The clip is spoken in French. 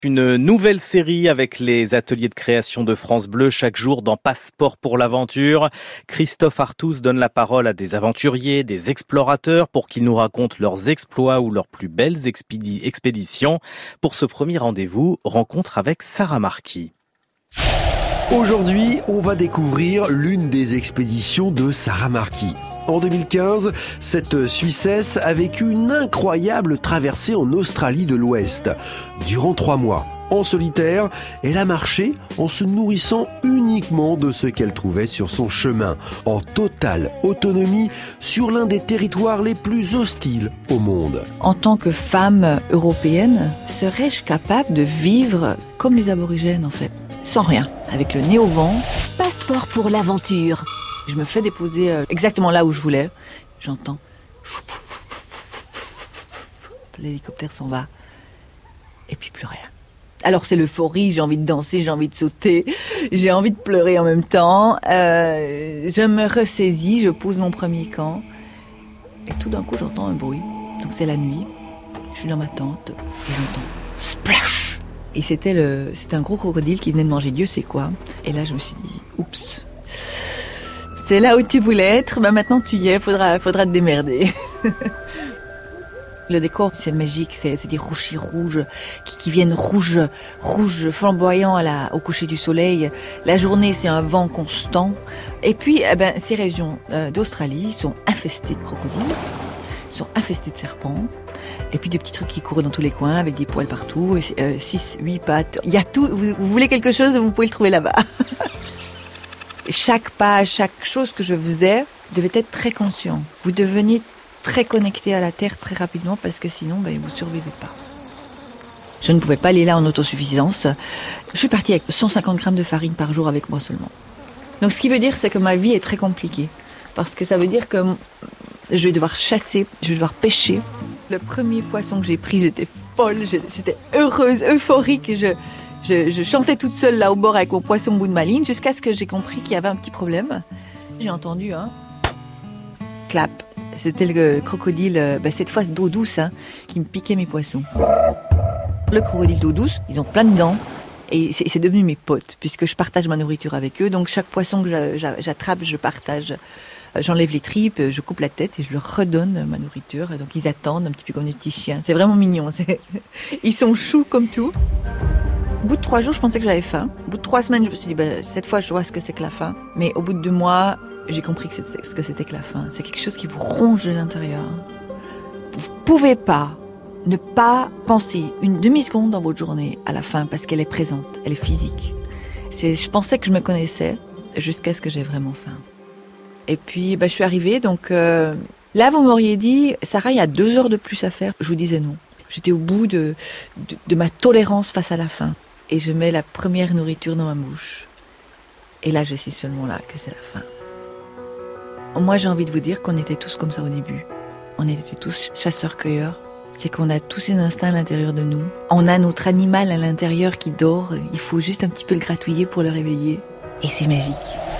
Une nouvelle série avec les ateliers de création de France Bleu chaque jour dans Passeport pour l'aventure. Christophe Artus donne la parole à des aventuriers, des explorateurs pour qu'ils nous racontent leurs exploits ou leurs plus belles expéditions. Pour ce premier rendez-vous, rencontre avec Sarah Marquis. Aujourd'hui, on va découvrir l'une des expéditions de Sarah Marquis. En 2015, cette Suissesse a vécu une incroyable traversée en Australie de l'Ouest. Durant 3 mois, en solitaire, elle a marché en se nourrissant uniquement de ce qu'elle trouvait sur son chemin, en totale autonomie sur l'un des territoires les plus hostiles au monde. En tant que femme européenne, serais-je capable de vivre comme les aborigènes en fait ? Sans rien, avec le nez au vent. Passeport pour l'aventure. Je me fais déposer exactement là où je voulais. J'entends. L'hélicoptère s'en va. Et puis plus rien. Alors c'est l'euphorie, j'ai envie de danser, j'ai envie de sauter, j'ai envie de pleurer en même temps. Je me ressaisis, je pose mon premier camp. Et tout d'un coup j'entends un bruit. Donc c'est la nuit. Je suis dans ma tente et j'entends splash. Et c'était un gros crocodile qui venait de manger Dieu sait quoi. Et là je me suis dit, oups. C'est là où tu voulais être, maintenant tu y es, faudra te démerder. Le décor, c'est magique, c'est des rochers rouges qui viennent rouges flamboyants au coucher du soleil. La journée, c'est un vent constant. Et puis, ces régions d'Australie sont infestées de crocodiles, sont infestées de serpents. Et puis des petits trucs qui courent dans tous les coins avec des poils partout, 6, 8 pattes. Il y a tout, vous voulez quelque chose, vous pouvez le trouver là-bas. Chaque pas, chaque chose que je faisais devait être très conscient. Vous deveniez très connecté à la terre très rapidement parce que sinon, vous ne survivez pas. Je ne pouvais pas aller là en autosuffisance. Je suis partie avec 150 grammes de farine par jour avec moi seulement. Donc ce qui veut dire, c'est que ma vie est très compliquée. Parce que ça veut dire que je vais devoir chasser, je vais devoir pêcher. Le premier poisson que j'ai pris, j'étais folle, j'étais heureuse, euphorique. Je chantais toute seule là au bord avec mon poisson au bout de ma ligne jusqu'à ce que j'ai compris qu'il y avait un petit problème. J'ai entendu un clap. C'était le crocodile, cette fois d'eau douce, qui me piquait mes poissons. Le crocodile d'eau douce, ils ont plein de dents et c'est devenu mes potes puisque je partage ma nourriture avec eux. Donc chaque poisson que j'attrape, je partage. J'enlève les tripes, je coupe la tête et je leur redonne ma nourriture. Donc ils attendent un petit peu comme des petits chiens. C'est vraiment mignon. Ils sont choux comme tout. Au bout de 3 jours, je pensais que j'avais faim. Au bout de 3 semaines, je me suis dit, cette fois, je vois ce que c'est que la faim. Mais au bout de 2 mois, j'ai compris que c'était ce que c'était que la faim. C'est quelque chose qui vous ronge de l'intérieur. Vous ne pouvez pas ne pas penser une demi-seconde dans votre journée à la faim parce qu'elle est présente, elle est physique. Je pensais que je me connaissais jusqu'à ce que j'ai vraiment faim. Et puis, je suis arrivée, donc là, vous m'auriez dit, Sarah, il y a 2 heures de plus à faire. Je vous disais non. J'étais au bout de ma tolérance face à la faim. Et je mets la première nourriture dans ma bouche. Et là, je sais seulement là que c'est la faim. Moi, j'ai envie de vous dire qu'on était tous comme ça au début. On était tous chasseurs-cueilleurs. C'est qu'on a tous ces instincts à l'intérieur de nous. On a notre animal à l'intérieur qui dort. Il faut juste un petit peu le gratouiller pour le réveiller. Et c'est magique.